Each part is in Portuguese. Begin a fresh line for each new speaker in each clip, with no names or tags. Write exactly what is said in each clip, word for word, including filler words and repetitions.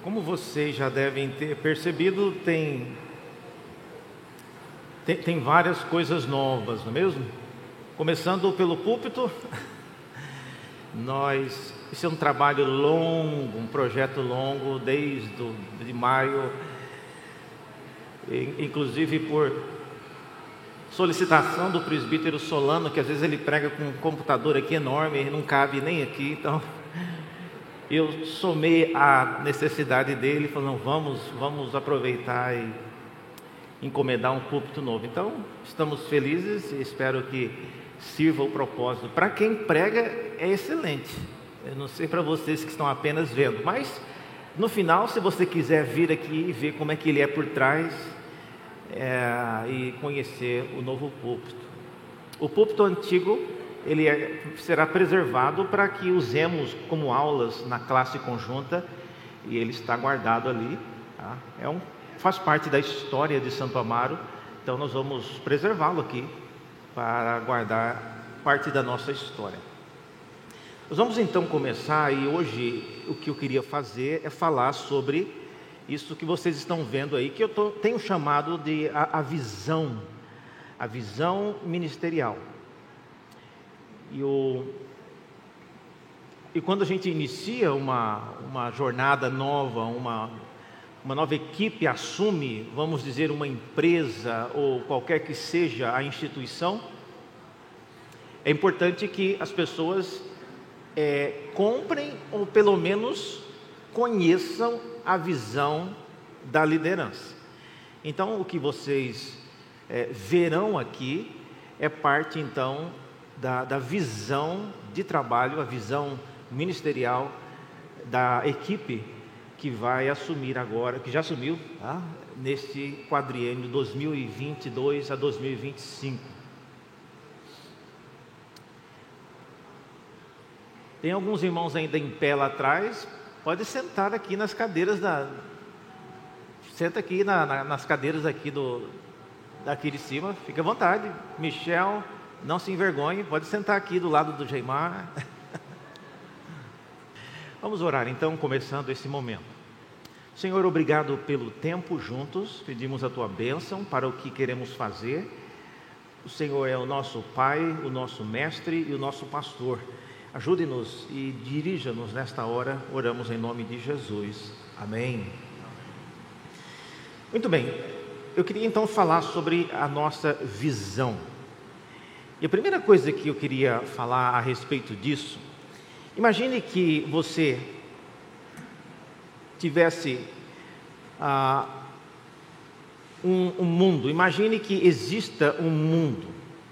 Como vocês já devem ter percebido, tem, tem, tem várias coisas novas, não é mesmo? Começando pelo púlpito, nós, isso é um trabalho longo, um projeto longo, desde do, de maio, inclusive por solicitação do presbítero Solano, que às vezes ele prega com um computador aqui enorme, e não cabe nem aqui, então eu somei a necessidade dele, falando, vamos, vamos aproveitar e encomendar um púlpito novo. Então, estamos felizes e espero que sirva o propósito. Para quem prega, é excelente. Eu não sei para vocês que estão apenas vendo, mas no final, se você quiser vir aqui e ver como é que ele é por trás, é, e conhecer o novo púlpito. O púlpito antigo, ele é, será preservado para que usemos como aulas na classe conjunta, e ele está guardado ali, tá? É um, faz parte da história de Santo Amaro, então nós vamos preservá-lo aqui para guardar parte da nossa história. Nós vamos então começar, e hoje o que eu queria fazer é falar sobre isso que vocês estão vendo aí, que eu tô, tenho chamado de a, a visão, a visão ministerial. E, o, e quando a gente inicia uma, uma jornada nova, uma, uma nova equipe assume, vamos dizer, uma empresa ou qualquer que seja a instituição, é importante que as pessoas é, comprem ou pelo menos conheçam a visão da liderança. Então, o que vocês é, verão aqui é parte, então, Da, da visão de trabalho, a visão ministerial da equipe que vai assumir agora, que já assumiu, tá? Neste quadriênio dois mil e vinte e dois a dois mil e vinte e cinco. Tem alguns irmãos ainda em pé lá atrás, pode sentar aqui nas cadeiras da... Senta aqui na, na, nas cadeiras aqui do, daqui de cima, fique à vontade. Michel... Não se envergonhe, pode sentar aqui do lado do Geimar. Vamos orar então, começando esse momento. Senhor, obrigado pelo tempo juntos, pedimos a Tua bênção para o que queremos fazer. O Senhor é o nosso Pai, o nosso Mestre e o nosso Pastor. Ajude-nos e dirija-nos nesta hora, oramos em nome de Jesus. Amém. Muito bem, eu queria então falar sobre a nossa visão. E a primeira coisa que eu queria falar a respeito disso, imagine que você tivesse ah, um, um mundo, imagine que exista um mundo.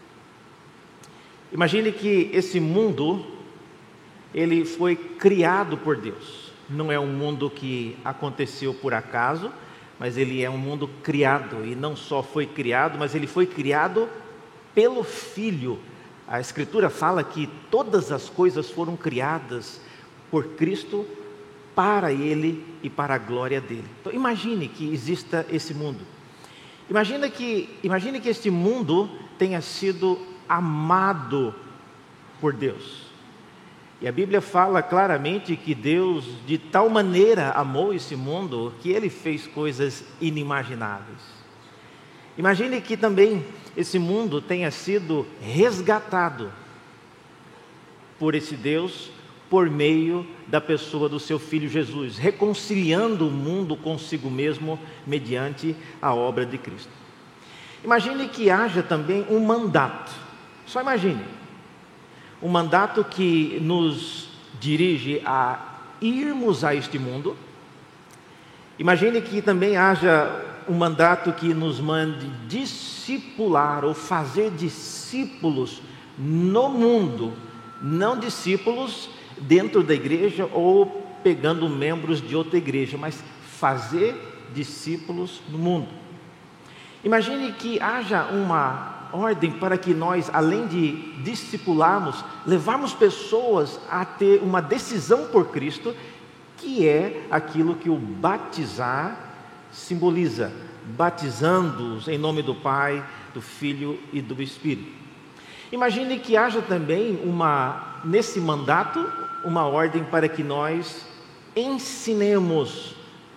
Imagine que esse mundo, ele foi criado por Deus. Não é um mundo que aconteceu por acaso, mas ele é um mundo criado, e não só foi criado, mas ele foi criado pelo Filho. A Escritura fala que todas as coisas foram criadas por Cristo, para Ele e para a glória dEle. Então imagine que exista esse mundo. Imagine que, imagine que este mundo tenha sido amado por Deus. E a Bíblia fala claramente que Deus de tal maneira amou esse mundo, que Ele fez coisas inimagináveis. Imagine que também esse mundo tenha sido resgatado por esse Deus, por meio da pessoa do seu Filho Jesus, reconciliando o mundo consigo mesmo, mediante a obra de Cristo. Imagine que haja também um mandato, só imagine, um mandato que nos dirige a irmos a este mundo. Imagine que também haja um mandato que nos mande discipular ou fazer discípulos no mundo, não discípulos dentro da igreja ou pegando membros de outra igreja, mas fazer discípulos no mundo. Imagine que haja uma ordem para que nós, além de discipularmos, levarmos pessoas a ter uma decisão por Cristo, que é aquilo que o batizar simboliza, batizando-os em nome do Pai, do Filho e do Espírito. Imagine que haja também uma, nesse mandato, uma ordem para que nós ensinemos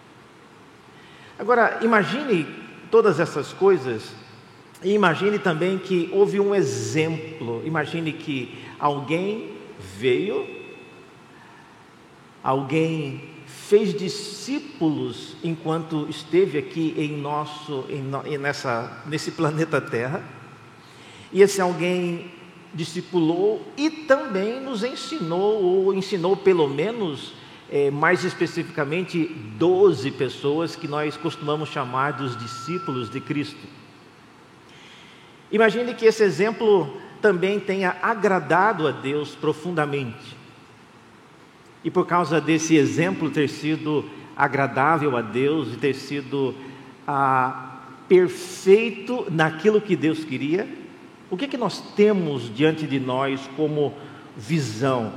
Agora, imagine todas essas coisas e imagine também que houve um exemplo. Imagine que alguém veio, alguém fez discípulos enquanto esteve aqui em nosso, em, em nessa, nesse planeta Terra, e esse alguém discipulou e também nos ensinou, ou ensinou pelo menos, é, mais especificamente, doze pessoas que nós costumamos chamar dos discípulos de Cristo. Imagine que esse exemplo também tenha agradado a Deus profundamente. E por causa desse exemplo ter sido agradável a Deus e ter sido ah, perfeito naquilo que Deus queria, o que, que nós temos diante de nós como visão?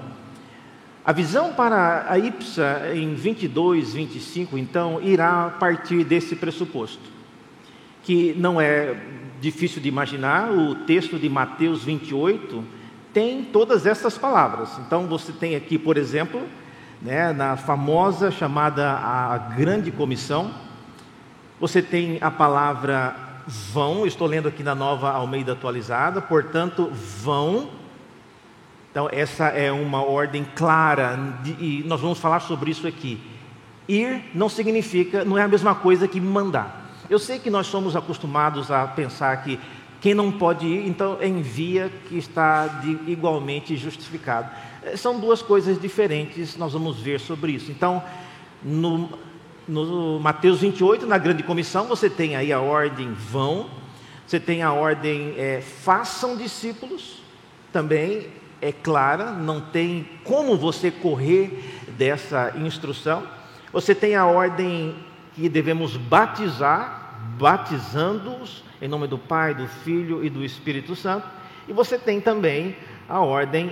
A visão para a IPSA em vinte e dois, vinte e cinco, então, irá partir desse pressuposto, que não é difícil de imaginar. O texto de Mateus vinte e oito tem todas essas palavras. Então você tem aqui, por exemplo, né, na famosa chamada a Grande Comissão, você tem a palavra vão. Estou lendo aqui na Nova Almeida Atualizada, portanto, vão. Então essa é uma ordem clara, de, e nós vamos falar sobre isso aqui. Ir não significa, não é a mesma coisa que mandar. Eu sei que nós somos acostumados a pensar que quem não pode ir, então envia, que está de, igualmente justificado. São duas coisas diferentes, nós vamos ver sobre isso. Então, no, no Mateus vinte e oito, na Grande Comissão, você tem aí a ordem vão, você tem a ordem é, façam discípulos, também é clara, não tem como você correr dessa instrução. Você tem a ordem que devemos batizar, batizando-os em nome do Pai, do Filho e do Espírito Santo. E você tem também a ordem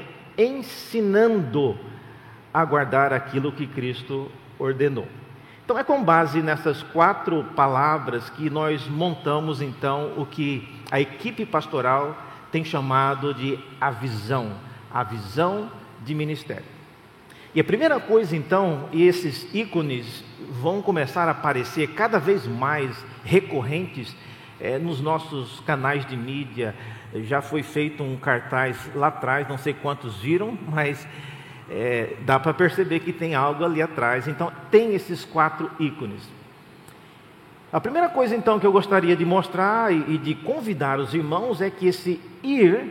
ensinando a guardar aquilo que Cristo ordenou. Então é com base nessas quatro palavras que nós montamos então o que a equipe pastoral tem chamado de a visão, a visão de ministério. E a primeira coisa então, e esses ícones vão começar a aparecer cada vez mais recorrentes é, nos nossos canais de mídia. Já foi feito um cartaz lá atrás, não sei quantos viram, mas é, dá para perceber que tem algo ali atrás. Então tem esses quatro ícones. A primeira coisa então que eu gostaria de mostrar e, e de convidar os irmãos é que esse ir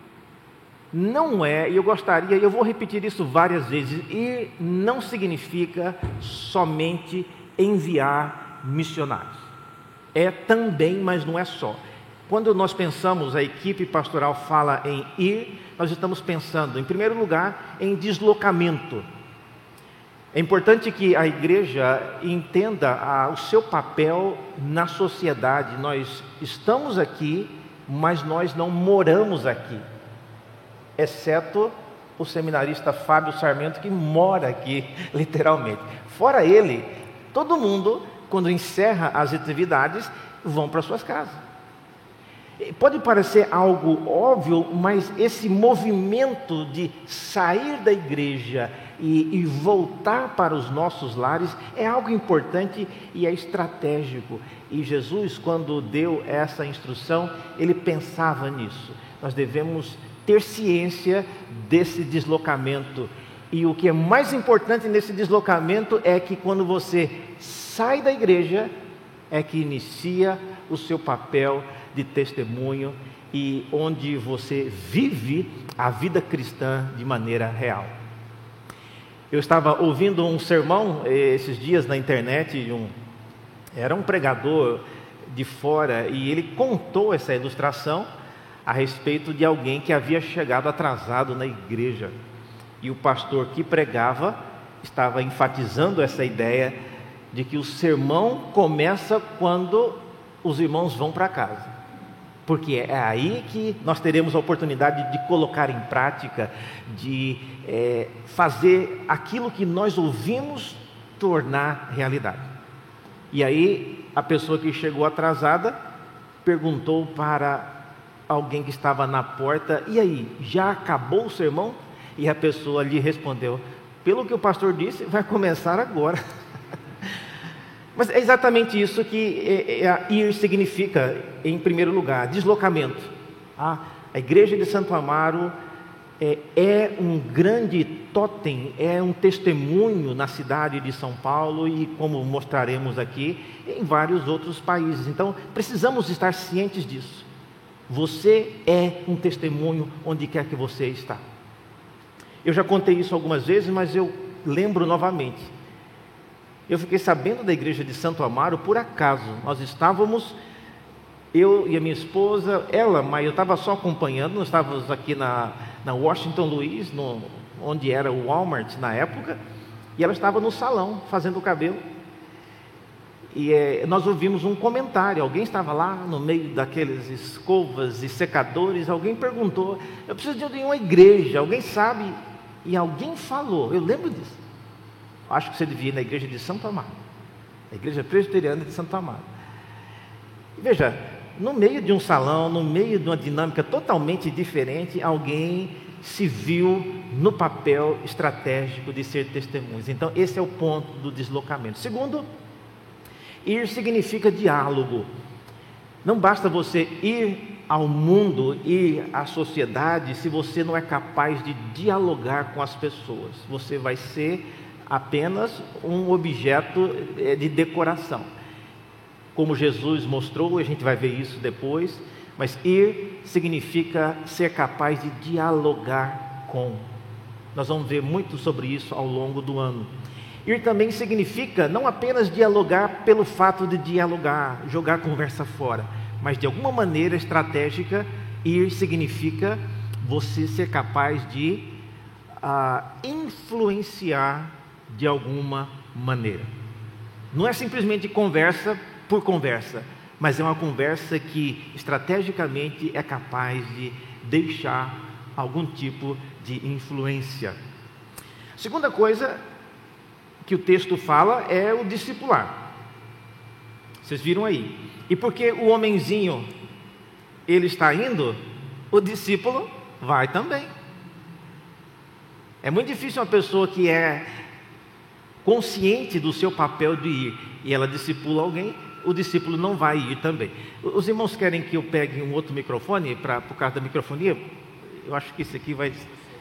não é, e eu gostaria, e eu vou repetir isso várias vezes, ir não significa somente enviar missionários. É também, mas não é só. Quando nós pensamos, a equipe pastoral fala em ir, nós estamos pensando, em primeiro lugar, em deslocamento. É importante que a igreja entenda a, o seu papel na sociedade. Nós estamos aqui, mas nós não moramos aqui, exceto o seminarista Fábio Sarmento, que mora aqui, literalmente. Fora ele, todo mundo, quando encerra as atividades, vão para suas casas. Pode parecer algo óbvio, mas esse movimento de sair da igreja e, e voltar para os nossos lares é algo importante e é estratégico. E Jesus, quando deu essa instrução, ele pensava nisso. Nós devemos ter ciência desse deslocamento. E o que é mais importante nesse deslocamento é que quando você sai da igreja, é que inicia o seu papel de testemunho e onde você vive a vida cristã de maneira real. Eu estava ouvindo um sermão esses dias na internet, de um, era um pregador de fora, e ele contou essa ilustração a respeito de alguém que havia chegado atrasado na igreja. E o pastor que pregava estava enfatizando essa ideia de que o sermão começa quando os irmãos vão para casa. Porque é aí que nós teremos a oportunidade de colocar em prática, de é, fazer aquilo que nós ouvimos tornar realidade. E aí a pessoa que chegou atrasada perguntou para alguém que estava na porta: e aí, já acabou o sermão? E a pessoa lhe respondeu: pelo que o pastor disse, vai começar agora. Mas é exatamente isso que é, é, ir significa, em primeiro lugar, deslocamento. Ah, a igreja de Santo Amaro é, é um grande totem, é um testemunho na cidade de São Paulo e, como mostraremos aqui, em vários outros países. Então, precisamos estar cientes disso. Você é um testemunho onde quer que você está. Eu já contei isso algumas vezes, mas eu lembro novamente. Eu fiquei sabendo da igreja de Santo Amaro por acaso. Nós estávamos, eu e a minha esposa, ela, mas eu estava só acompanhando. Nós estávamos aqui na, na Washington Luiz, no, onde era o Walmart na época, e ela estava no salão fazendo o cabelo. E é, nós ouvimos um comentário. Alguém estava lá no meio daqueles escovas e secadores. Alguém perguntou: eu preciso de uma igreja, alguém sabe? E alguém falou, eu lembro disso. Acho que você devia ir na igreja de Santo Amaro, a igreja presbiteriana de Santo Amaro. E veja, no meio de um salão, no meio de uma dinâmica totalmente diferente, alguém se viu no papel estratégico de ser testemunhas. Então, esse é o ponto do deslocamento. Segundo, ir significa diálogo. Não basta você ir ao mundo, ir à sociedade, se você não é capaz de dialogar com as pessoas. Você vai ser apenas um objeto de decoração. Como Jesus mostrou, a gente vai ver isso depois, mas ir significa ser capaz de dialogar com. Nós vamos ver muito sobre isso ao longo do ano. Ir também significa não apenas dialogar pelo fato de dialogar, jogar conversa fora, mas de alguma maneira estratégica. Ir significa você ser capaz de uh, influenciar de alguma maneira. Não é simplesmente conversa por conversa, mas é uma conversa que estrategicamente é capaz de deixar algum tipo de influência. Segunda coisa que o texto fala é o discipular. Vocês viram aí. E porque o homenzinho ele está indo, o discípulo vai também. É muito difícil uma pessoa que é consciente do seu papel de ir e ela discipula alguém, o discípulo não vai ir também. Os irmãos querem que eu pegue um outro microfone para por causa da microfonia? Eu acho que esse aqui vai.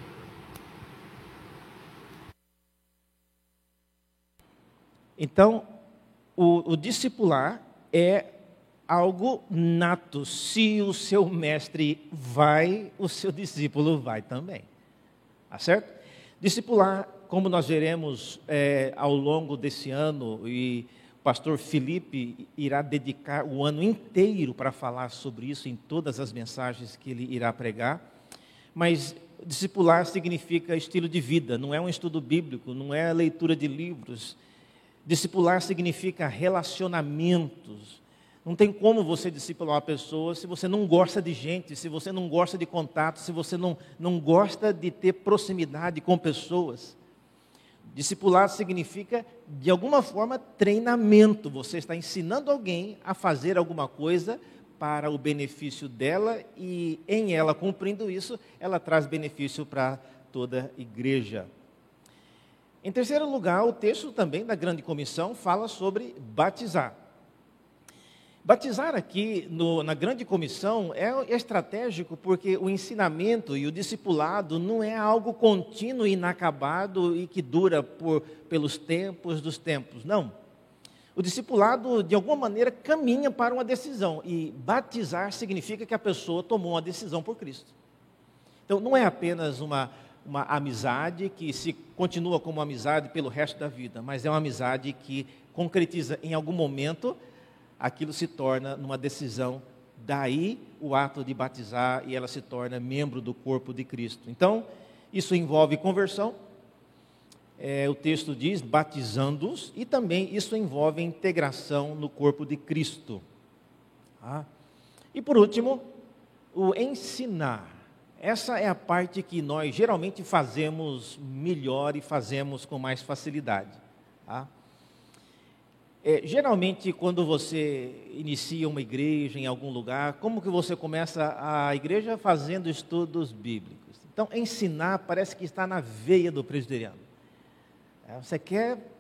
Então, o, o discipular é algo nato. Se o seu mestre vai, o seu discípulo vai também. Tá certo? Discipular, como nós veremos é, ao longo desse ano, e o pastor Felipe irá dedicar o ano inteiro para falar sobre isso em todas as mensagens que ele irá pregar, mas discipular significa estilo de vida, não é um estudo bíblico, não é leitura de livros. Discipular significa relacionamentos. Não tem como você discipular uma pessoa se você não gosta de gente, se você não gosta de contato, se você não, não gosta de ter proximidade com pessoas. Discipular significa, de alguma forma, treinamento. Você está ensinando alguém a fazer alguma coisa para o benefício dela e, em ela cumprindo isso, ela traz benefício para toda a igreja. Em terceiro lugar, o texto também da Grande Comissão fala sobre batizar. Batizar aqui no, na Grande Comissão é estratégico porque o ensinamento e o discipulado não é algo contínuo e inacabado e que dura por, pelos tempos dos tempos, não. O discipulado, de alguma maneira, caminha para uma decisão e batizar significa que a pessoa tomou uma decisão por Cristo. Então, não é apenas uma, uma amizade que se continua como amizade pelo resto da vida, mas é uma amizade que concretiza em algum momento. Aquilo se torna numa decisão, daí o ato de batizar e ela se torna membro do corpo de Cristo. Então, isso envolve conversão, é, o texto diz batizando-os, e também isso envolve integração no corpo de Cristo. Ah. E por último, o ensinar. Essa é a parte que nós geralmente fazemos melhor e fazemos com mais facilidade. Tá? É, geralmente, quando você inicia uma igreja em algum lugar, como que você começa a igreja? Fazendo estudos bíblicos. Então, ensinar parece que está na veia do presbiteriano. É, você quer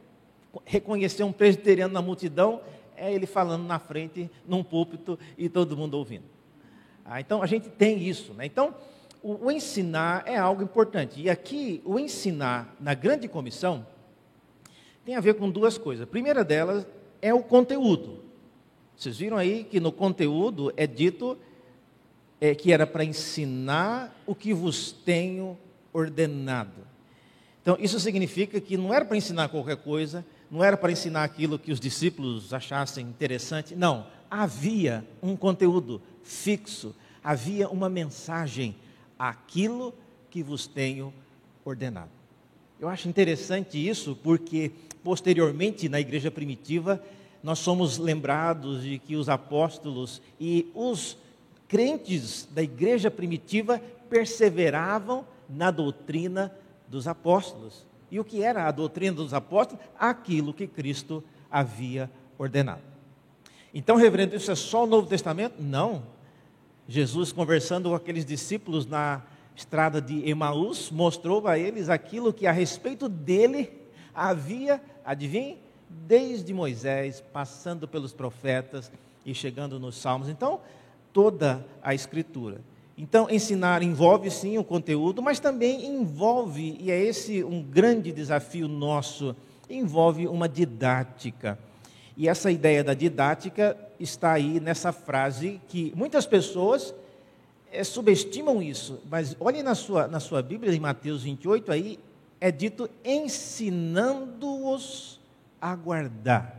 reconhecer um presbiteriano na multidão é ele falando na frente, num púlpito, e todo mundo ouvindo. Ah, então, a gente tem isso, né? Então, o, o ensinar é algo importante. E aqui, o ensinar na grande comissão tem a ver com duas coisas. A primeira delas é o conteúdo. Vocês viram aí que no conteúdo é dito é, que era para ensinar o que vos tenho ordenado. Então, isso significa que não era para ensinar qualquer coisa, não era para ensinar aquilo que os discípulos achassem interessante. Não, havia um conteúdo fixo, havia uma mensagem, aquilo que vos tenho ordenado. Eu acho interessante isso porque, posteriormente, na igreja primitiva, nós somos lembrados de que os apóstolos e os crentes da igreja primitiva perseveravam na doutrina dos apóstolos. E o que era a doutrina dos apóstolos? Aquilo que Cristo havia ordenado. Então, reverendo, isso é só o Novo Testamento? Não. Jesus, conversando com aqueles discípulos na estrada de Emaús, mostrou a eles aquilo que a respeito dele havia, adivinhe, desde Moisés, passando pelos profetas e chegando nos Salmos. Então, toda a Escritura. Então, ensinar envolve sim o conteúdo, mas também envolve, e é esse um grande desafio nosso, envolve uma didática. E essa ideia da didática está aí nessa frase que muitas pessoas é, subestimam isso. Mas olhem na sua, na sua Bíblia, em Mateus vinte e oito, aí é dito ensinando-os a guardar.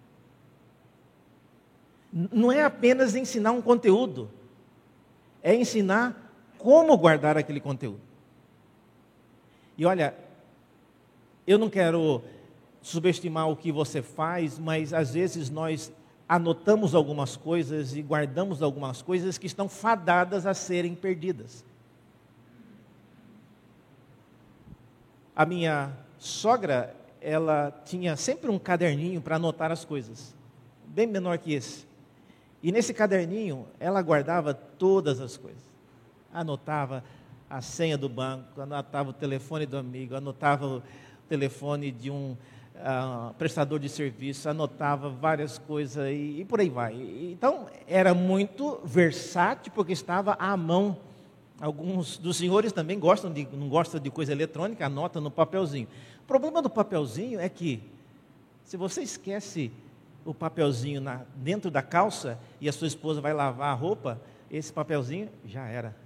Não é apenas ensinar um conteúdo, é ensinar como guardar aquele conteúdo. E olha, eu não quero subestimar o que você faz, mas às vezes nós anotamos algumas coisas e guardamos algumas coisas que estão fadadas a serem perdidas. A minha sogra, ela tinha sempre um caderninho para anotar as coisas, bem menor que esse. E nesse caderninho, ela guardava todas as coisas. Anotava a senha do banco, anotava o telefone do amigo, anotava o telefone de um uh, prestador de serviço, anotava várias coisas e, e por aí vai. Então, era muito versátil porque estava à mão. Alguns dos senhores também gostam de, não gostam de coisa eletrônica, anotam no papelzinho. O problema do papelzinho é que, se você esquece o papelzinho na, dentro da calça e a sua esposa vai lavar a roupa, esse papelzinho já era.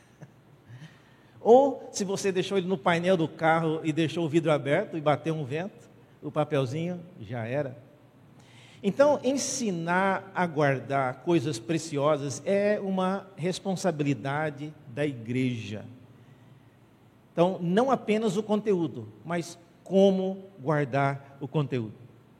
Ou se você deixou ele no painel do carro e deixou o vidro aberto e bateu um vento, o papelzinho já era. Então, ensinar a guardar coisas preciosas é uma responsabilidade da igreja. Então, não apenas o conteúdo, mas como guardar o conteúdo.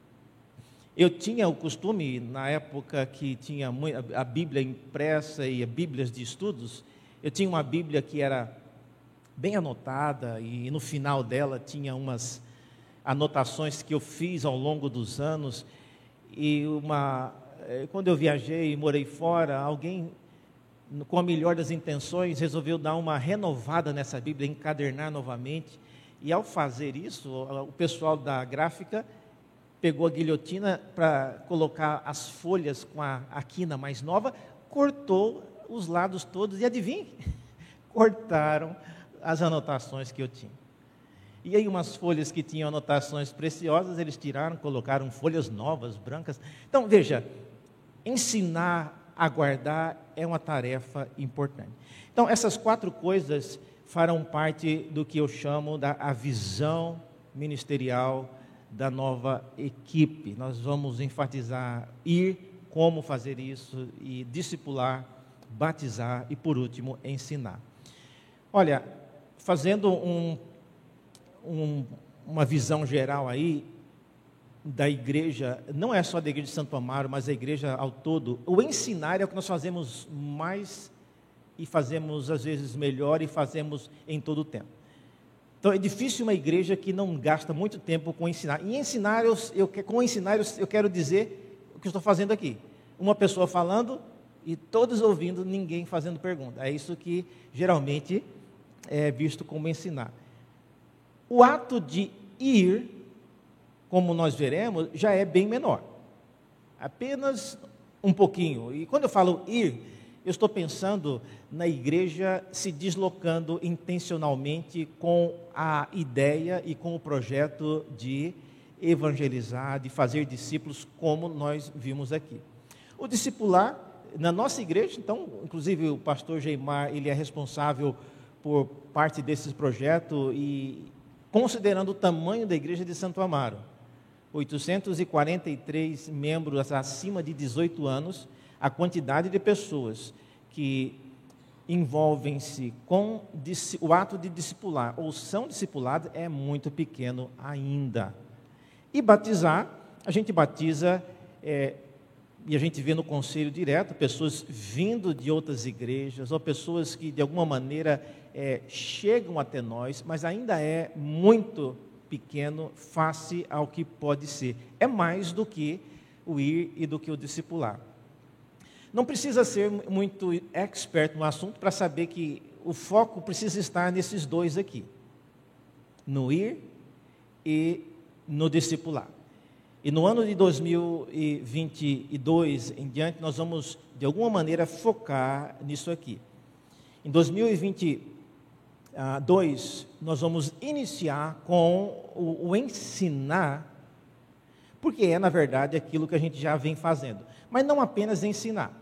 Eu tinha o costume, na época que tinha a Bíblia impressa e Bíblias de estudos, eu tinha uma Bíblia que era bem anotada e no final dela tinha umas anotações que eu fiz ao longo dos anos. E uma, quando eu viajei e morei fora, alguém, com a melhor das intenções, resolveu dar uma renovada nessa Bíblia, encadernar novamente. E ao fazer isso, o pessoal da gráfica pegou a guilhotina para colocar as folhas com a, a quina mais nova, cortou os lados todos e adivinhe, cortaram as anotações que eu tinha. E aí umas folhas que tinham anotações preciosas, eles tiraram, colocaram folhas novas, brancas. Então, veja, ensinar a guardar é uma tarefa importante. Então, essas quatro coisas farão parte do que eu chamo da a visão ministerial da nova equipe. Nós vamos enfatizar ir, como fazer isso, e discipular, batizar e, por último, ensinar. Olha, fazendo um, um, uma visão geral aí da igreja, não é só da igreja de Santo Amaro, mas a igreja ao todo, o ensinar é o que nós fazemos mais e fazemos às vezes melhor e fazemos em todo o tempo. Então é difícil uma igreja que não gasta muito tempo com ensinar. E ensinar, eu, eu, com ensinar eu, eu quero dizer o que eu estou fazendo aqui. Uma pessoa falando e todos ouvindo, ninguém fazendo pergunta. É isso que geralmente é visto como ensinar. O ato de ir como nós veremos, já é bem menor. Apenas um pouquinho. E quando eu falo ir, eu estou pensando na igreja se deslocando intencionalmente com a ideia e com o projeto de evangelizar, de fazer discípulos, como nós vimos aqui. O discipular, na nossa igreja, então, inclusive o pastor Geimar, ele é responsável por parte desse projeto e considerando o tamanho da igreja de Santo Amaro, oitocentos e quarenta e três membros acima de dezoito anos, a quantidade de pessoas que envolvem-se com o ato de discipular ou são discipulados é muito pequeno ainda. E batizar, a gente batiza, é, e a gente vê no conselho direto, pessoas vindo de outras igrejas, ou pessoas que de alguma maneira é, chegam até nós, mas ainda é muito pequeno face ao que pode ser. É mais do que o ir e do que o discipular. Não precisa ser muito expert no assunto para saber que o foco precisa estar nesses dois aqui, no ir e no discipular. E no ano de dois mil e vinte e dois em diante, nós vamos, de alguma maneira, focar nisso aqui. Em dois mil e vinte e dois, nós vamos iniciar com o, o ensinar, porque é, na verdade, aquilo que a gente já vem fazendo. Mas não apenas ensinar.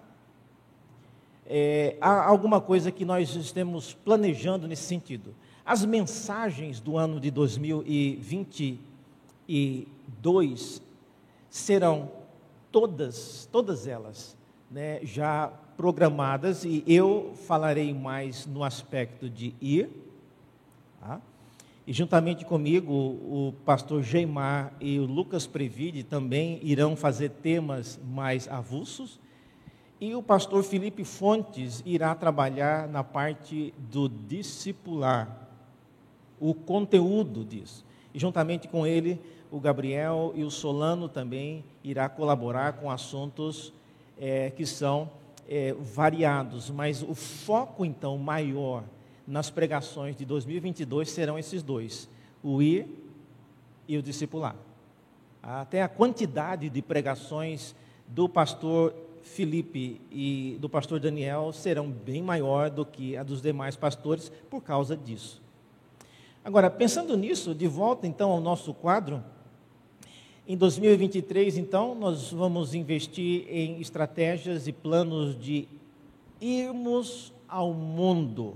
É, há alguma coisa que nós estamos planejando nesse sentido. As mensagens do ano de dois mil e vinte e dois serão todas, todas elas, né, já programadas, e eu falarei mais no aspecto de ir, tá? E juntamente comigo o pastor Geimar e o Lucas Previde também irão fazer temas mais avulsos, e o pastor Felipe Fontes irá trabalhar na parte do discipular, o conteúdo disso. E juntamente com ele, o Gabriel e o Solano também irá colaborar com assuntos é, que são é, variados. Mas o foco, então, maior nas pregações de dois mil e vinte e dois serão esses dois, o ir e o discipular. Até a quantidade de pregações do pastor Felipe e do pastor Daniel serão bem maior do que a dos demais pastores por causa disso. Agora, pensando nisso, de volta então ao nosso quadro, em dois mil e vinte e três, então, nós vamos investir em estratégias e planos de irmos ao mundo.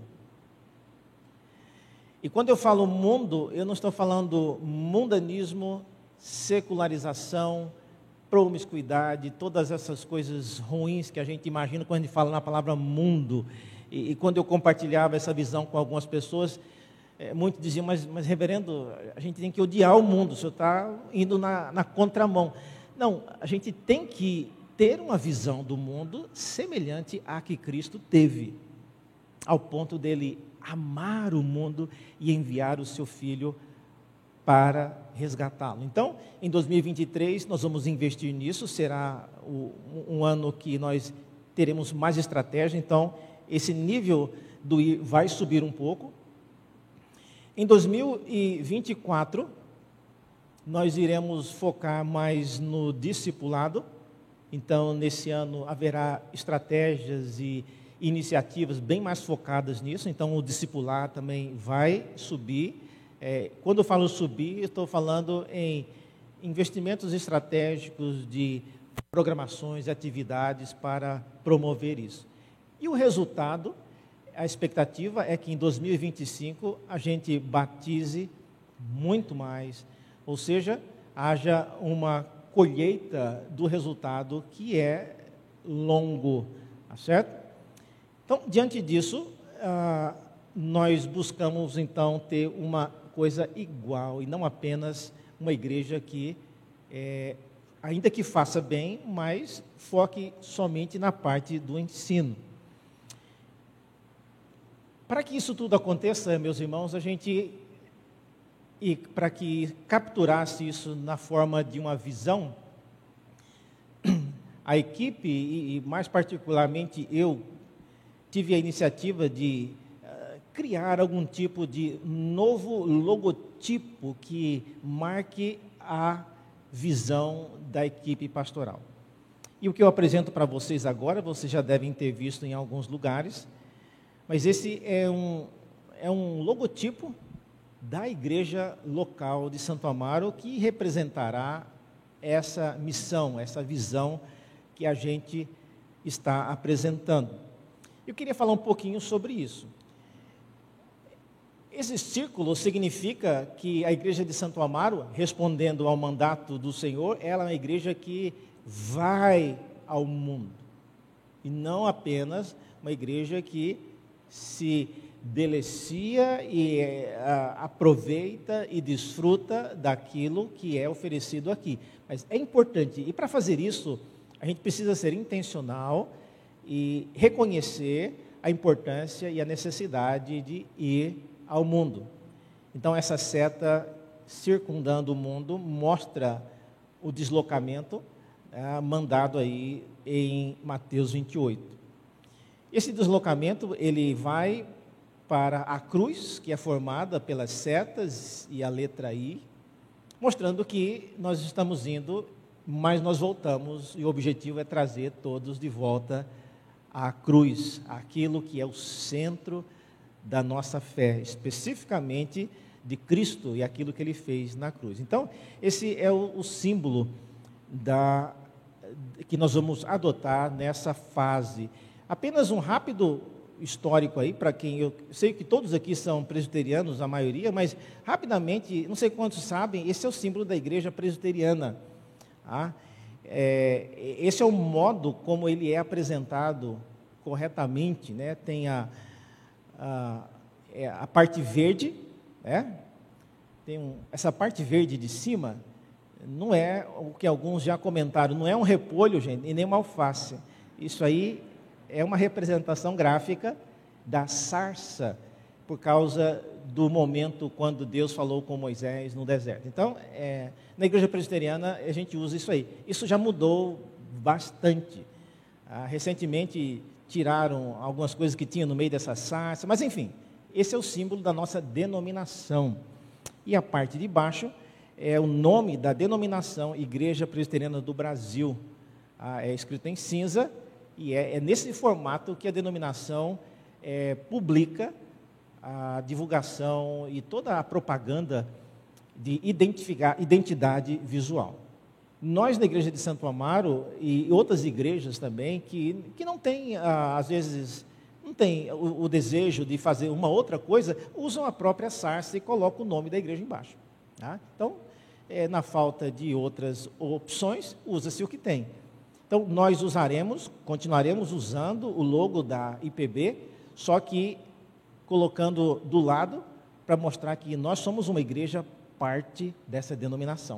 E quando eu falo mundo, eu não estou falando mundanismo, secularização, promiscuidade, todas essas coisas ruins que a gente imagina quando a gente fala na palavra mundo. E, e quando eu compartilhava essa visão com algumas pessoas, é, muitos diziam, mas, mas reverendo, a gente tem que odiar o mundo, o senhor está indo na, na contramão. Não, a gente tem que ter uma visão do mundo semelhante à que Cristo teve, ao ponto dele amar o mundo e enviar o seu Filho para resgatá-lo. Então, em dois mil e vinte e três, nós vamos investir nisso, será o, um ano que nós teremos mais estratégia, então, esse nível do ir vai subir um pouco. Em dois mil e vinte e quatro, nós iremos focar mais no discipulado, então, nesse ano haverá estratégias e iniciativas bem mais focadas nisso, então o discipular também vai subir. É, quando eu falo subir, eu estou falando em investimentos estratégicos de programações e atividades para promover isso. E o resultado, a expectativa é que em dois mil e vinte e cinco a gente batize muito mais, ou seja, haja uma colheita do resultado que é longo, tá certo? Então, diante disso, ah, nós buscamos então ter uma coisa igual e não apenas uma igreja que, é, ainda que faça bem, mas foque somente na parte do ensino. Para que isso tudo aconteça, meus irmãos, a gente, e para que capturasse isso na forma de uma visão, a equipe, e, e mais particularmente eu, tive a iniciativa de uh, criar algum tipo de novo logotipo que marque a visão da equipe pastoral. E o que eu apresento para vocês agora, vocês já devem ter visto em alguns lugares, mas esse é um, é um logotipo da igreja local de Santo Amaro, que representará essa missão, essa visão que a gente está apresentando. Eu queria falar um pouquinho sobre isso. Esse círculo significa que a igreja de Santo Amaro, respondendo ao mandato do Senhor, ela é uma igreja que vai ao mundo, e não apenas uma igreja que se delicia e a, aproveita e desfruta daquilo que é oferecido aqui. Mas é importante, e para fazer isso, a gente precisa ser intencional e reconhecer a importância e a necessidade de ir ao mundo. Então, essa seta circundando o mundo mostra o deslocamento é, mandado aí em Mateus vinte e oito. Esse deslocamento, ele vai para a cruz, que é formada pelas setas e a letra I, mostrando que nós estamos indo, mas nós voltamos, e o objetivo é trazer todos de volta à cruz, aquilo que é o centro da nossa fé, especificamente de Cristo e aquilo que Ele fez na cruz. Então, esse é o, o símbolo da, que nós vamos adotar nessa fase. Apenas um rápido histórico aí, para quem eu sei que todos aqui são presbiterianos, a maioria, mas rapidamente, não sei quantos sabem, esse é o símbolo da igreja presbiteriana. Tá? É, esse é o modo como ele é apresentado corretamente, né? Tem a, a, a parte verde, né? Tem um, essa parte verde de cima, não é o que alguns já comentaram, não é um repolho, gente, e nem uma alface. Isso aí é uma representação gráfica da sarça, por causa do momento quando Deus falou com Moisés no deserto. Então, é, na igreja presbiteriana, a gente usa isso aí. Isso já mudou bastante. Ah, recentemente, tiraram algumas coisas que tinha no meio dessa sarça, mas enfim, esse é o símbolo da nossa denominação. E a parte de baixo é o nome da denominação Igreja Presbiteriana do Brasil. Ah, é escrito em cinza, e é, é nesse formato que a denominação é, publica a divulgação e toda a propaganda de identificar, identidade visual. Nós, na Igreja de Santo Amaro, e outras igrejas também, que, que não têm, ah, às vezes, não tem o, o desejo de fazer uma outra coisa, usam a própria sarça e colocam o nome da igreja embaixo. Tá? Então, é, na falta de outras opções, usa-se o que tem. Então, nós usaremos, continuaremos usando o logo da I P B, só que colocando do lado para mostrar que nós somos uma igreja parte dessa denominação.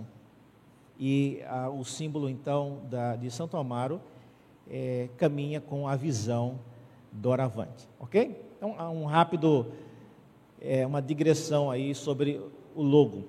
E ah, o símbolo, então, da, de Santo Amaro é, caminha com a visão doravante, ok? Então, há um rápido, é, uma digressão aí sobre o logo.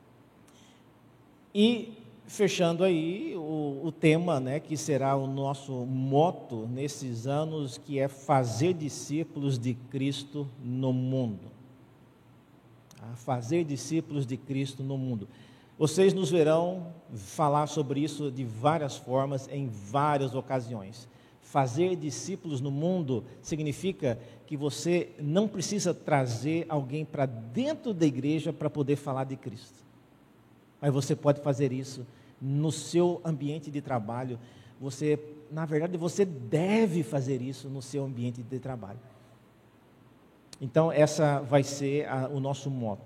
E fechando aí o, o tema, né, que será o nosso moto nesses anos, que é fazer discípulos de Cristo no mundo. Ah, fazer discípulos de Cristo no mundo. Vocês nos verão falar sobre isso de várias formas, em várias ocasiões. Fazer discípulos no mundo significa que você não precisa trazer alguém para dentro da igreja para poder falar de Cristo. Mas você pode fazer isso no seu ambiente de trabalho. Você, na verdade, você deve fazer isso no seu ambiente de trabalho. Então, essa vai ser a, o nosso moto.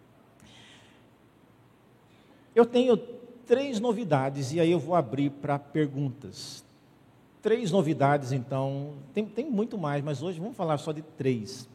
Eu tenho três novidades, e aí eu vou abrir para perguntas. Três novidades, então, tem, tem muito mais, mas hoje vamos falar só de três.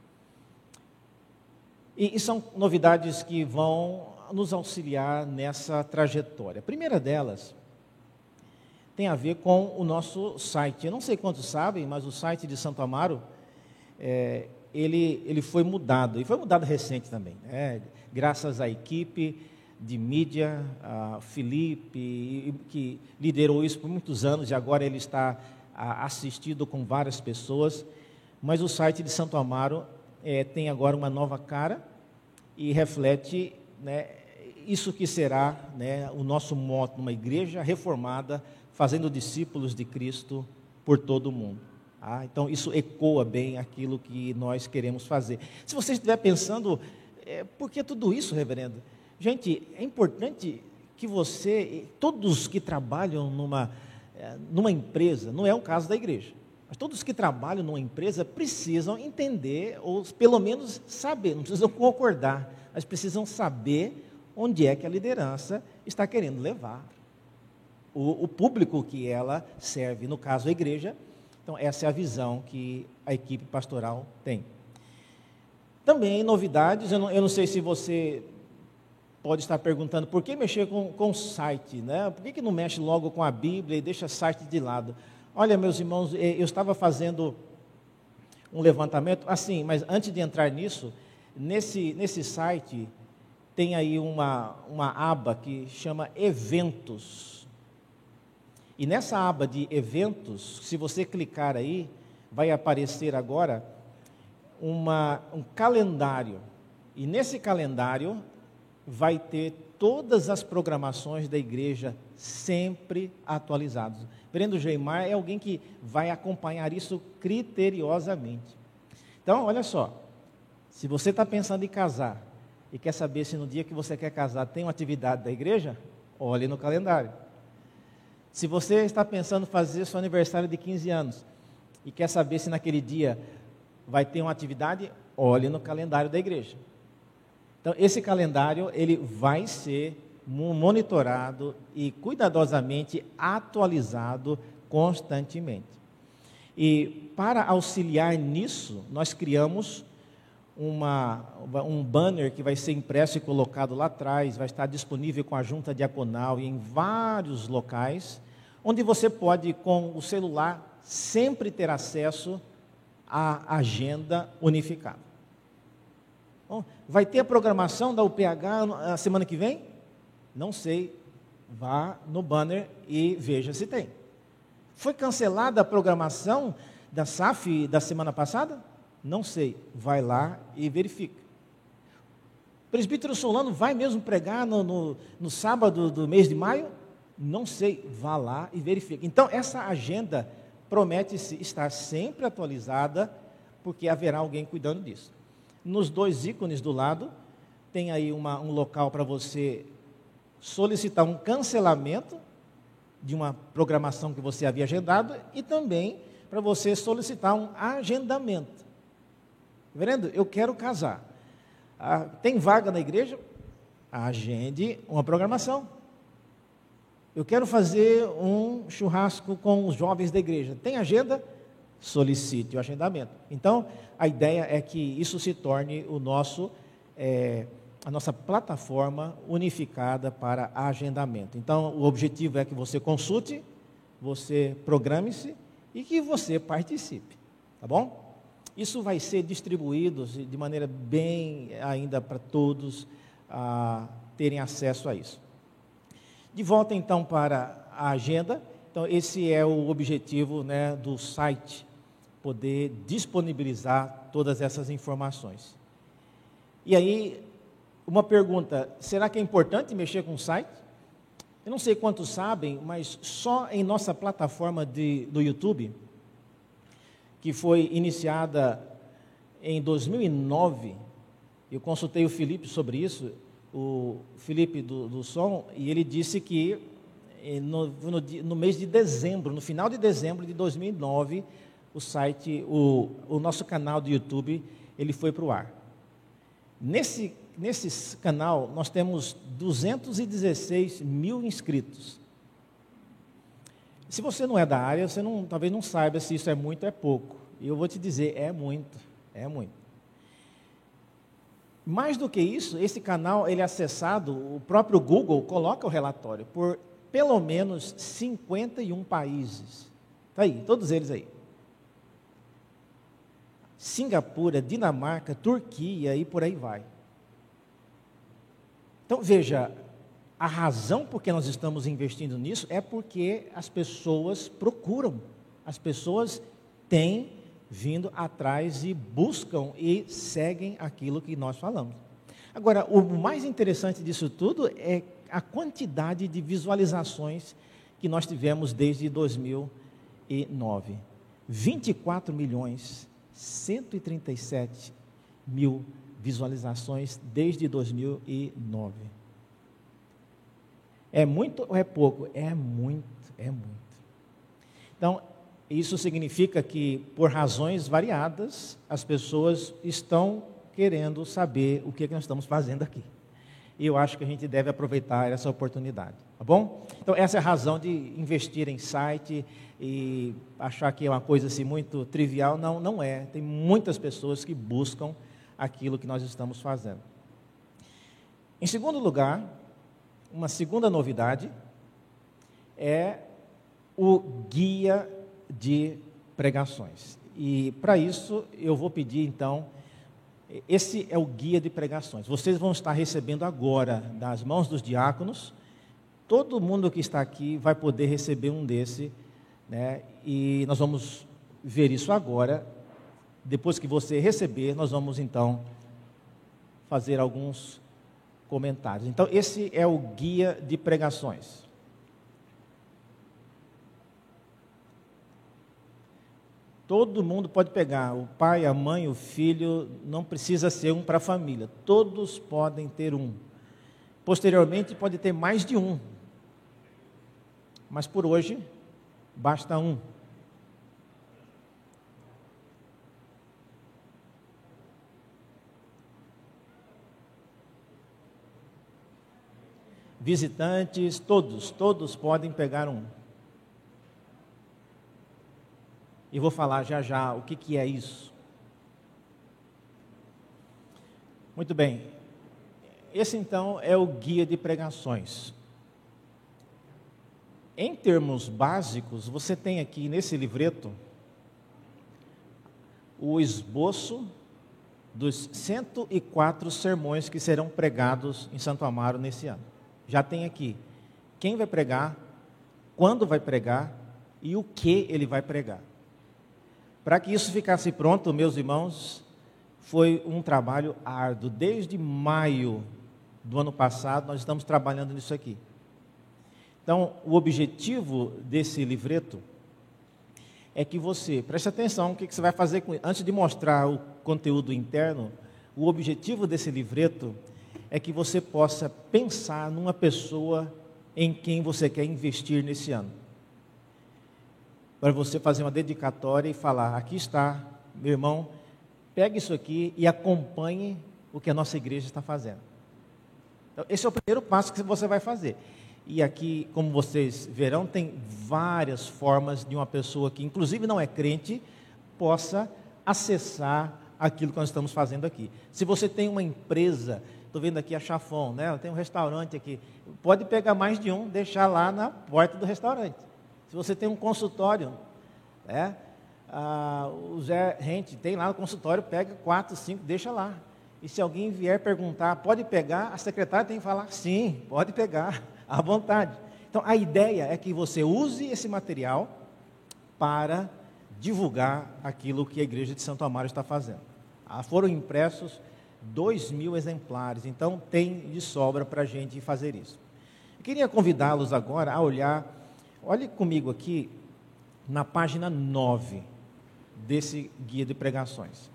E, e são novidades que vão nos auxiliar nessa trajetória. A primeira delas tem a ver com o nosso site. Eu não sei quantos sabem, mas o site de Santo Amaro, é, ele, ele foi mudado, e foi mudado recente também, né? Graças à equipe de mídia, a Felipe, que liderou isso por muitos anos, e agora ele está a, assistido com várias pessoas, mas o site de Santo Amaro é, tem agora uma nova cara, e reflete, né,
isso que será, né, o nosso moto numa igreja reformada, fazendo discípulos de Cristo por todo o mundo. Ah, então, isso ecoa bem aquilo que nós queremos fazer. Se você estiver pensando, é, por que tudo isso, reverendo? Gente, é importante que você, todos que trabalham numa, numa empresa, não é o caso da igreja, mas todos que trabalham numa empresa precisam entender, ou pelo menos saber, não precisam concordar, mas precisam saber onde é que a liderança está querendo levar o, o público que ela serve, no caso a igreja. Então, essa é a visão que a equipe pastoral tem. Também, novidades, eu não, eu não sei se você pode estar perguntando, por que mexer com, com o site, né? Por que, que não mexe logo com a Bíblia e deixa o site de lado? Olha, meus irmãos, eu estava fazendo um levantamento, assim, mas antes de entrar nisso, nesse, nesse site tem aí uma, uma aba que chama Eventos. E nessa aba de eventos, se você clicar aí, vai aparecer agora uma, um calendário. E nesse calendário vai ter todas as programações da igreja sempre atualizadas. Reverendo Geimar é alguém que vai acompanhar isso criteriosamente. Então, olha só, se você está pensando em casar e quer saber se no dia que você quer casar tem uma atividade da igreja, olhe no calendário. Se você está pensando em fazer seu aniversário de quinze anos e quer saber se naquele dia vai ter uma atividade, olhe no calendário da igreja. Então, esse calendário ele vai ser monitorado e cuidadosamente atualizado constantemente. E para auxiliar nisso, nós criamos uma, um banner que vai ser impresso e colocado lá atrás, vai estar disponível com a junta diaconal e em vários locais, onde você pode, com o celular, sempre ter acesso à agenda unificada. Bom, vai ter a programação da U P H a semana que vem? Não sei, vá no banner e veja se tem. Foi cancelada a programação da S A F da semana passada? Não sei, vai lá e verifica. O presbítero Solano vai mesmo pregar no, no, no sábado do mês de maio? Não sei, vá lá e verifica. Então, essa agenda promete-se estar sempre atualizada, porque haverá alguém cuidando disso. Nos dois ícones do lado, tem aí uma, um local para você solicitar um cancelamento de uma programação que você havia agendado e também para você solicitar um agendamento. Reverendo, eu quero casar. Ah, tem vaga na igreja? Agende uma programação. Eu quero fazer um churrasco com os jovens da igreja. Tem agenda? Solicite o agendamento. Então, a ideia é que isso se torne o nosso, é, a nossa plataforma unificada para agendamento. Então, o objetivo é que você consulte, você programe-se e que você participe. Tá bom? Isso vai ser distribuído de maneira bem ainda para todos ah, terem acesso a isso. De volta então para a agenda. Então esse é o objetivo, né, do site, poder disponibilizar todas essas informações. E aí, uma pergunta, será que é importante mexer com o site? Eu não sei quantos sabem, mas só em nossa plataforma de, do YouTube, que foi iniciada em dois mil e nove, eu consultei o Felipe sobre isso, o Felipe do, do Som, e ele disse que no, no, no mês de dezembro, no final de dezembro de dois mil e nove, o site, o, o nosso canal do YouTube, ele foi para o ar. Nesse, nesse canal, nós temos duzentos e dezesseis mil inscritos. Se você não é da área, você não, talvez não saiba se isso é muito ou é pouco. E eu vou te dizer, é muito, é muito. Mais do que isso, esse canal, ele é acessado, o próprio Google coloca o relatório, por pelo menos cinquenta e um países. Está aí, todos eles aí. Singapura, Dinamarca, Turquia e por aí vai. Então, veja, a razão por que nós estamos investindo nisso é porque as pessoas procuram, as pessoas têm vindo atrás e buscam e seguem aquilo que nós falamos. Agora, o mais interessante disso tudo é a quantidade de visualizações que nós tivemos desde dois mil e nove. vinte e quatro milhões, cento e trinta e sete mil visualizações desde dois mil e nove. É muito ou é pouco? É muito, é muito. Então, isso significa que, por razões variadas, as pessoas estão querendo saber o que, é que nós estamos fazendo aqui. E eu acho que a gente deve aproveitar essa oportunidade, tá bom? Então, essa é a razão de investir em site e achar que é uma coisa assim muito trivial. Não, não é. Tem muitas pessoas que buscam aquilo que nós estamos fazendo. Em segundo lugar, uma segunda novidade é o guia de pregações. E para isso eu vou pedir então, esse é o guia de pregações. Vocês vão estar recebendo agora das mãos dos diáconos. Todo mundo que está aqui vai poder receber um desse, né? E nós vamos ver isso agora. Depois que você receber, nós vamos então fazer alguns comentários. Então, esse é o guia de pregações. Todo mundo pode pegar, o pai, a mãe, o filho, não precisa ser um para a família. Todos podem ter um. Posteriormente, pode ter mais de um. Mas por hoje, basta um. Visitantes, todos, todos podem pegar um. E vou falar já já o que, que é isso. Muito bem. Esse então é o guia de pregações. Em termos básicos, você tem aqui nesse livreto o esboço dos cento e quatro sermões que serão pregados em Santo Amaro nesse ano. Já tem aqui quem vai pregar, quando vai pregar e o que ele vai pregar. Para que isso ficasse pronto, meus irmãos, foi um trabalho árduo. Desde maio do ano passado, nós estamos trabalhando nisso aqui. Então, o objetivo desse livreto é que você, preste atenção, o que você vai fazer com ele. Antes de mostrar o conteúdo interno, o objetivo desse livreto é que você possa pensar numa pessoa em quem você quer investir nesse ano. Para você fazer uma dedicatória e falar, aqui está, meu irmão, pegue isso aqui e acompanhe o que a nossa igreja está fazendo. Então, esse é o primeiro passo que você vai fazer. E aqui, como vocês verão, tem várias formas de uma pessoa que, inclusive não é crente, possa acessar aquilo que nós estamos fazendo aqui. Se você tem uma empresa, estou vendo aqui a Chafon, né? Tem um restaurante aqui, pode pegar mais de um, deixar lá na porta do restaurante. Se você tem um consultório, né? Ah, o Zé Rente tem lá no consultório, pega quatro, cinco, deixa lá. E se alguém vier perguntar, pode pegar? A secretária tem que falar, sim, pode pegar, à vontade. Então, a ideia é que você use esse material para divulgar aquilo que a igreja de Santo Amaro está fazendo. Ah, foram impressos dois mil exemplares, então tem de sobra para a gente fazer isso. Eu queria convidá-los agora a olhar. Olhe comigo aqui na página nove desse guia de pregações.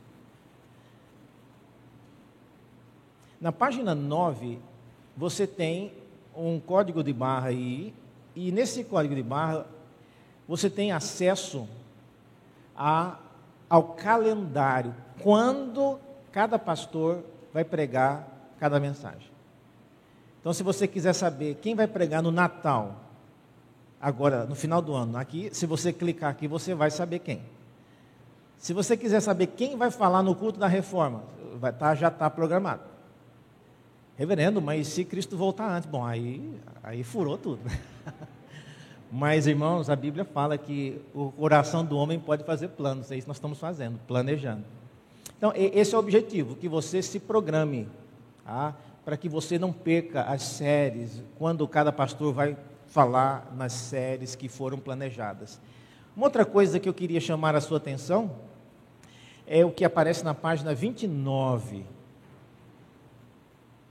Na página nove, você tem um código de barra aí, e nesse código de barra, você tem acesso a, ao calendário, quando cada pastor vai pregar cada mensagem. Então, se você quiser saber quem vai pregar no Natal, agora, no final do ano, aqui, se você clicar aqui, você vai saber quem. Se você quiser saber quem vai falar no culto da reforma, vai tá, já está programado. Reverendo, mas se Cristo voltar antes, bom, aí, aí furou tudo. Mas, irmãos, a Bíblia fala que o coração do homem pode fazer planos, é isso que nós estamos fazendo, planejando. Então, esse é o objetivo, que você se programe, tá? Para que você não perca as séries, quando cada pastor vai falar nas séries que foram planejadas. Uma outra coisa que eu queria chamar a sua atenção é o que aparece na página vinte e nove.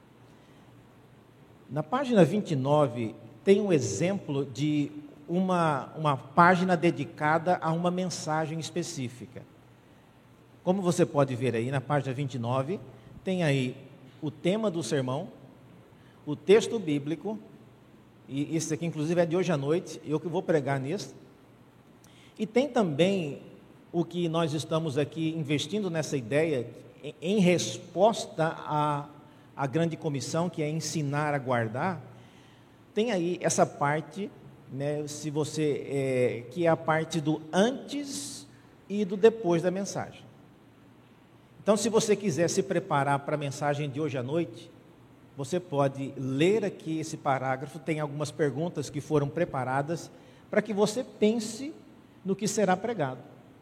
Na página vinte e nove, tem um exemplo de uma, uma página dedicada a uma mensagem específica. Como você pode ver aí na página vinte e nove, tem aí o tema do sermão, o texto bíblico, e esse aqui inclusive é de hoje à noite, eu que vou pregar nisso. E tem também o que nós estamos aqui investindo nessa ideia, em, em resposta à, à grande comissão, que é ensinar a guardar. Tem aí essa parte, né, se você, é, que é a parte do antes e do depois da mensagem. Então, se você quiser se preparar para a mensagem de hoje à noite, você pode ler aqui esse parágrafo, tem algumas perguntas que foram preparadas para que você pense no que será pregado.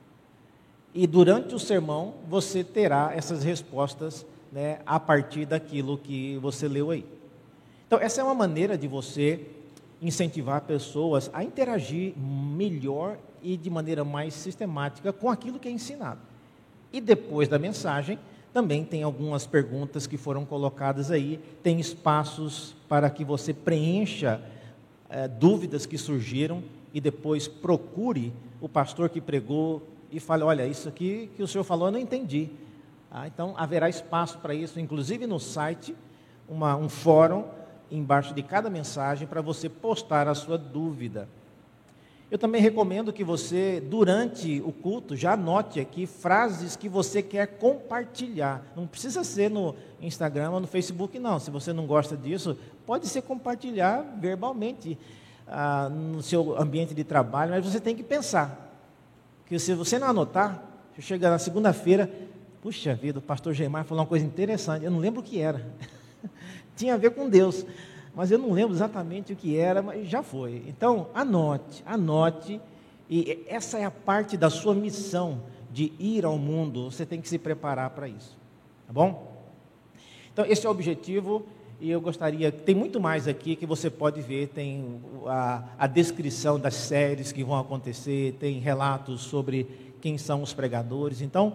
E durante o sermão, você terá essas respostas, né, a partir daquilo que você leu aí. Então, essa é uma maneira de você incentivar pessoas a interagir melhor e de maneira mais sistemática com aquilo que é ensinado. E depois da mensagem, também tem algumas perguntas que foram colocadas aí, tem espaços para que você preencha é, dúvidas que surgiram e depois procure o pastor que pregou e fale, olha, isso aqui que o senhor falou eu não entendi. Ah, então, haverá espaço para isso, inclusive no site, uma, um fórum embaixo de cada mensagem para você postar a sua dúvida. Eu também recomendo que você, durante o culto, já anote aqui frases que você quer compartilhar. Não precisa ser no Instagram ou no Facebook, não. Se você não gosta disso, pode ser compartilhar verbalmente ah, no seu ambiente de trabalho, mas você tem que pensar. Que se você não anotar, você chega na segunda-feira, puxa vida, o pastor Geimar falou uma coisa interessante, eu não lembro o que era. Tinha a ver com Deus. Mas eu não lembro exatamente o que era, mas já foi. Então, anote, anote, e essa é a parte da sua missão de ir ao mundo, você tem que se preparar para isso, tá bom? Então, esse é o objetivo, e eu gostaria, tem muito mais aqui que você pode ver, tem a, a descrição das séries que vão acontecer, tem relatos sobre quem são os pregadores. Então,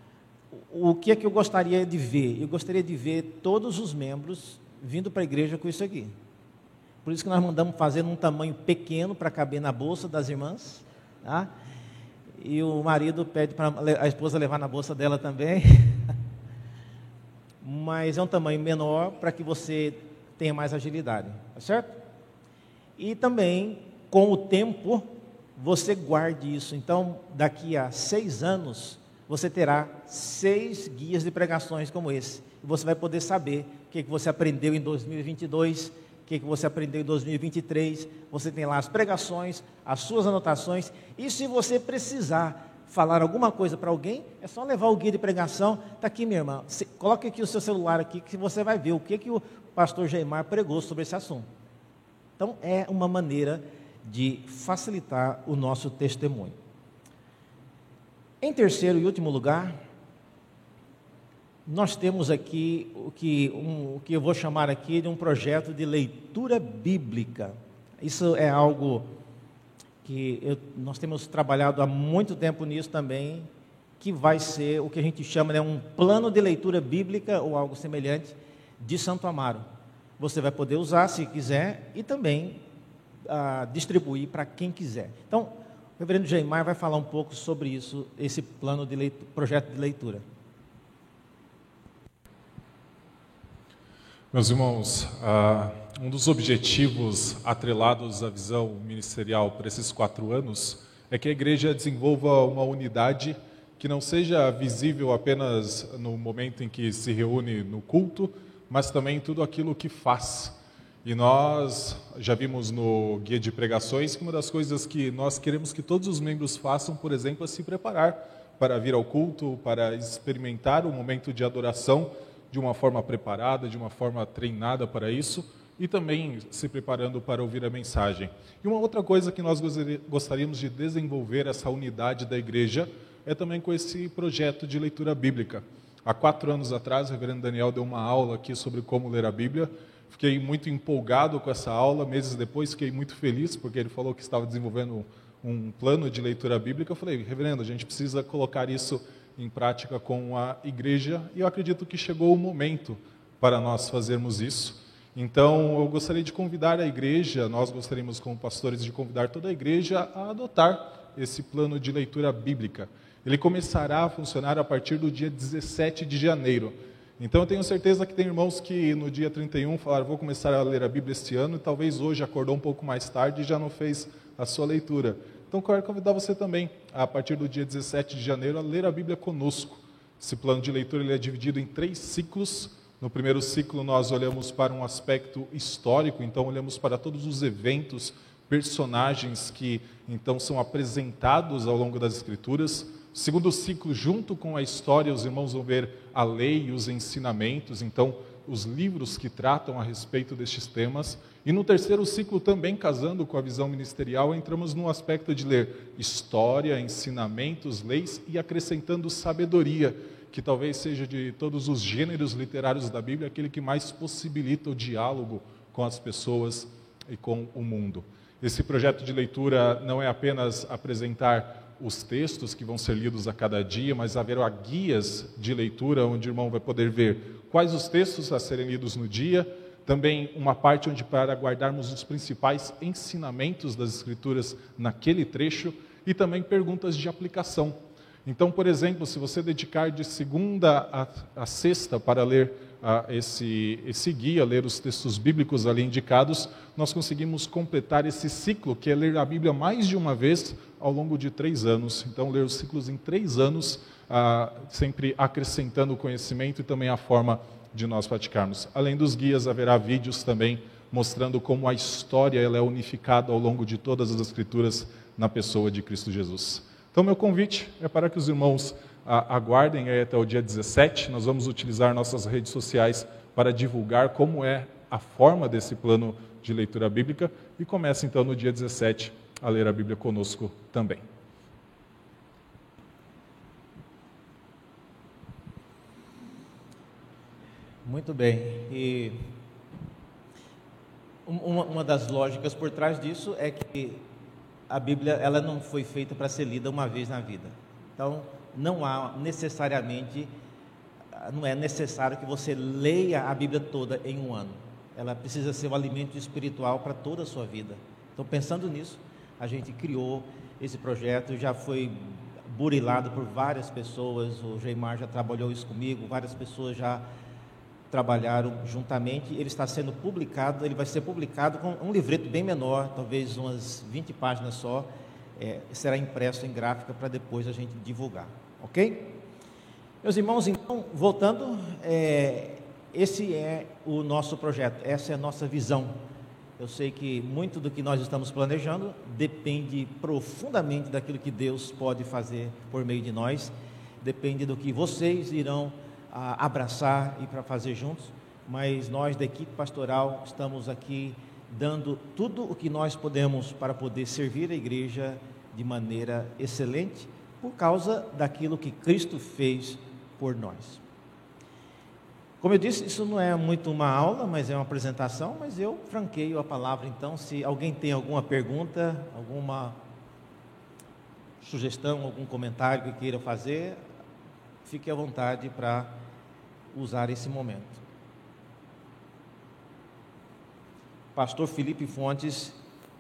o que é que eu gostaria de ver? Eu gostaria de ver todos os membros vindo para a igreja com isso aqui. Por isso que nós mandamos fazer num tamanho pequeno para caber na bolsa das irmãs, tá? E o marido pede para a esposa levar na bolsa dela também. Mas é um tamanho menor para que você tenha mais agilidade, tá certo? E também, com o tempo, você guarde isso. Então, daqui a seis anos, você terá seis guias de pregações como esse. E você vai poder saber o que você aprendeu em dois mil e vinte e dois, o que você aprendeu em dois mil e vinte e três. Você tem lá as pregações, as suas anotações. E se você precisar falar alguma coisa para alguém, é só levar o guia de pregação. Está aqui, minha irmã. Coloque aqui o seu celular aqui, que você vai ver o que, que o pastor Geimar pregou sobre esse assunto. Então, é uma maneira de facilitar o nosso testemunho. Em terceiro e último lugar, nós temos aqui o que, um, o que eu vou chamar aqui de um projeto de leitura bíblica. Isso é algo que eu, nós temos trabalhado há muito tempo nisso também, que vai ser o que a gente chama de né, um plano de leitura bíblica ou algo semelhante de Santo Amaro. Você vai poder usar se quiser e também ah, distribuir para quem quiser. Então, o reverendo Geimar vai falar um pouco sobre isso, esse plano de leitura, projeto de leitura.
Meus irmãos, uh, um dos objetivos atrelados à visão ministerial para esses quatro anos é que a igreja desenvolva uma unidade que não seja visível apenas no momento em que se reúne no culto, mas também em tudo aquilo que faz. E nós já vimos no guia de pregações que uma das coisas que nós queremos que todos os membros façam, por exemplo, é se preparar para vir ao culto, para experimentar o momento de adoração de uma forma preparada, de uma forma treinada para isso, e também se preparando para ouvir a mensagem. E uma outra coisa que nós gostaríamos de desenvolver, essa unidade da igreja, é também com esse projeto de leitura bíblica. Há quatro anos atrás, o reverendo Daniel deu uma aula aqui sobre como ler a Bíblia. Fiquei muito empolgado com essa aula, meses depois fiquei muito feliz, porque ele falou que estava desenvolvendo um plano de leitura bíblica. Eu falei, reverendo, a gente precisa colocar isso em prática com a igreja, e eu acredito que chegou o momento para nós fazermos isso. Então, eu gostaria de convidar a igreja, nós gostaríamos como pastores de convidar toda a igreja a adotar esse plano de leitura bíblica. Ele começará a funcionar a partir do dia dezessete de janeiro. Então, eu tenho certeza que tem irmãos que no dia trinta e um falaram, vou começar a ler a Bíblia este ano, e talvez hoje acordou um pouco mais tarde e já não fez a sua leitura. Então, eu quero convidar você também, a partir do dia dezessete de janeiro, a ler a Bíblia conosco. Esse plano de leitura ele é dividido em três ciclos. No primeiro ciclo, nós olhamos para um aspecto histórico, então olhamos para todos os eventos, personagens que então são apresentados ao longo das Escrituras. No segundo ciclo, junto com a história, os irmãos vão ver a lei e os ensinamentos, então os livros que tratam a respeito destes temas. E no terceiro ciclo, também casando com a visão ministerial, entramos no aspecto de ler história, ensinamentos, leis e acrescentando sabedoria, que talvez seja de todos os gêneros literários da Bíblia, aquele que mais possibilita o diálogo com as pessoas e com o mundo. Esse projeto de leitura não é apenas apresentar os textos que vão ser lidos a cada dia, mas haverá guias de leitura, onde o irmão vai poder ver quais os textos a serem lidos no dia, também uma parte onde para guardarmos os principais ensinamentos das Escrituras naquele trecho, e também perguntas de aplicação. Então, por exemplo, se você dedicar de segunda a, a sexta para ler ah, esse, esse guia, ler os textos bíblicos ali indicados, nós conseguimos completar esse ciclo, que é ler a Bíblia mais de uma vez ao longo de três anos. Então, ler os ciclos em três anos, ah, sempre acrescentando o conhecimento e também a forma de nós praticarmos. Além dos guias, haverá vídeos também mostrando como a história ela é unificada ao longo de todas as Escrituras na pessoa de Cristo Jesus. Então, meu convite é para que os irmãos ah, aguardem aí até o dia dezessete. Nós vamos utilizar nossas redes sociais para divulgar como é a forma desse plano de leitura bíblica e comece então no dia dezessete a ler a Bíblia conosco também.
Muito bem. E uma, uma das lógicas por trás disso é que a Bíblia ela não foi feita para ser lida uma vez na vida. Então, não há necessariamente, não é necessário que você leia a Bíblia toda em um ano. Ela precisa ser um alimento espiritual para toda a sua vida. Então, pensando nisso, a gente criou esse projeto, já foi burilado por várias pessoas, o Geimar já trabalhou isso comigo, várias pessoas já trabalharam juntamente. Ele está sendo publicado, ele vai ser publicado com um livreto bem menor, talvez umas vinte páginas só, é, será impresso em gráfica para depois a gente divulgar, ok? Meus irmãos, então, voltando, é, esse é o nosso projeto, essa é a nossa visão. Eu sei que muito do que nós estamos planejando depende profundamente daquilo que Deus pode fazer por meio de nós, depende do que vocês irão a abraçar e para fazer juntos, mas nós da equipe pastoral estamos aqui dando tudo o que nós podemos para poder servir a igreja de maneira excelente, por causa daquilo que Cristo fez por nós. Como eu disse, isso não é muito uma aula, mas é uma apresentação, mas eu franqueio a palavra. Então, se alguém tem alguma pergunta, alguma sugestão, algum comentário que queira fazer, fique à vontade para usar esse momento. Pastor Felipe Fontes.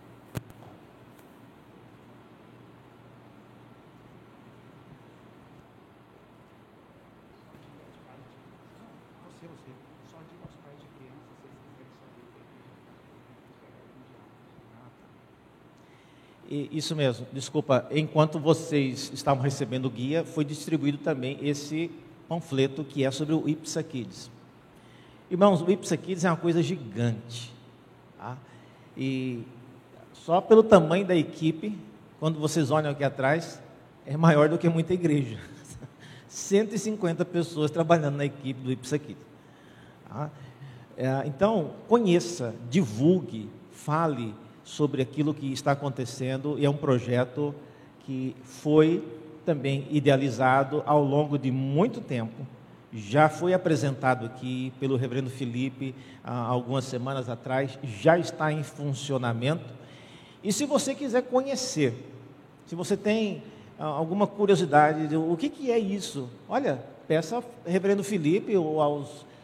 Isso mesmo, desculpa, enquanto vocês estavam recebendo o guia, foi distribuído também esse panfleto que é sobre o Ipsa Kids. Irmãos, o Ipsa Kids é uma coisa gigante, tá? E só pelo tamanho da equipe, quando vocês olham aqui atrás, é maior do que muita igreja. cento e cinquenta pessoas trabalhando na equipe do Ipsa Kids. Tá? É, então, conheça, divulgue, fale sobre aquilo que está acontecendo, e é um projeto que foi também idealizado ao longo de muito tempo, já foi apresentado aqui pelo reverendo Felipe há algumas semanas atrás, já está em funcionamento, e se você quiser conhecer, se você tem ah, alguma curiosidade, de, o que, que é isso? Olha, peça ao reverendo Felipe ou aos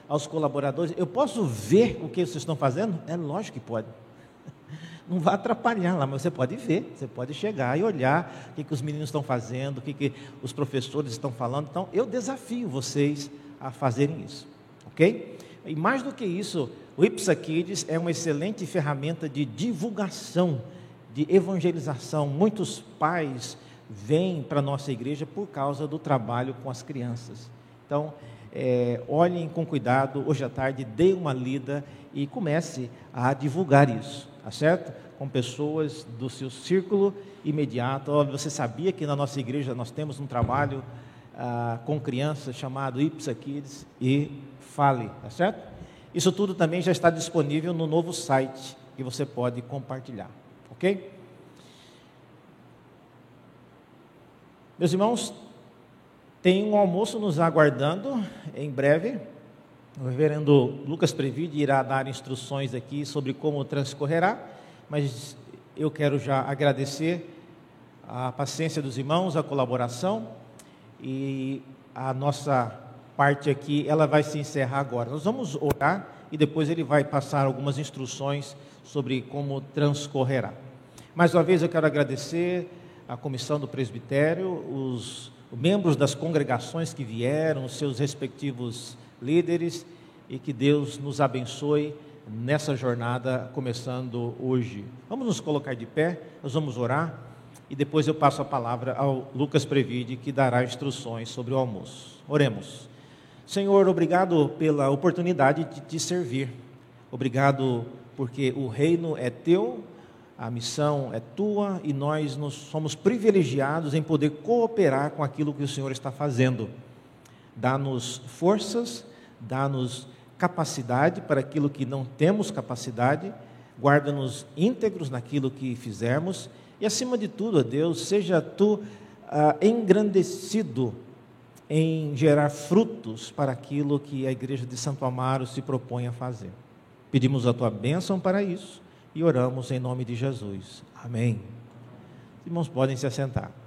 aos colaboradores: eu posso ver o que vocês estão fazendo? É lógico que pode. Não vai atrapalhar lá, mas você pode ver, você pode chegar e olhar o que, que os meninos estão fazendo, o que, que os professores estão falando. Então, eu desafio vocês a fazerem isso, ok? E mais do que isso, o Ipsa Kids é uma excelente ferramenta de divulgação, de evangelização. Muitos pais vêm para a nossa igreja por causa do trabalho com as crianças. Então, é, olhem com cuidado, hoje à tarde, dê uma lida e comece a divulgar isso, tá certo? Com pessoas do seu círculo imediato. Oh, você sabia que na nossa igreja nós temos um trabalho ah, com crianças chamado Ipsa Kids? E fale, tá certo? Isso tudo também já está disponível no novo site que você pode compartilhar, ok? Meus irmãos, tem um almoço nos aguardando em breve. O reverendo Lucas Previde irá dar instruções aqui sobre como transcorrerá, mas eu quero já agradecer a paciência dos irmãos, a colaboração, e a nossa parte aqui, ela vai se encerrar agora. Nós vamos orar e depois ele vai passar algumas instruções sobre como transcorrerá. Mais uma vez eu quero agradecer a comissão do presbitério, os membros das congregações que vieram, os seus respectivos líderes, e que Deus nos abençoe nessa jornada começando hoje. Vamos nos colocar de pé, nós vamos orar e depois eu passo a palavra ao Lucas Previde, que dará instruções sobre o almoço. Oremos. Senhor, obrigado pela oportunidade de te servir. Obrigado porque o reino é teu, a missão é tua e nós nos somos privilegiados em poder cooperar com aquilo que o Senhor está fazendo. Dá-nos forças, dá-nos capacidade para aquilo que não temos capacidade, guarda-nos íntegros naquilo que fizermos e, acima de tudo, ó Deus, seja tu ah, engrandecido em gerar frutos para aquilo que a igreja de Santo Amaro se propõe a fazer. Pedimos a tua bênção para isso e oramos em nome de Jesus. Amém. Os irmãos podem se assentar.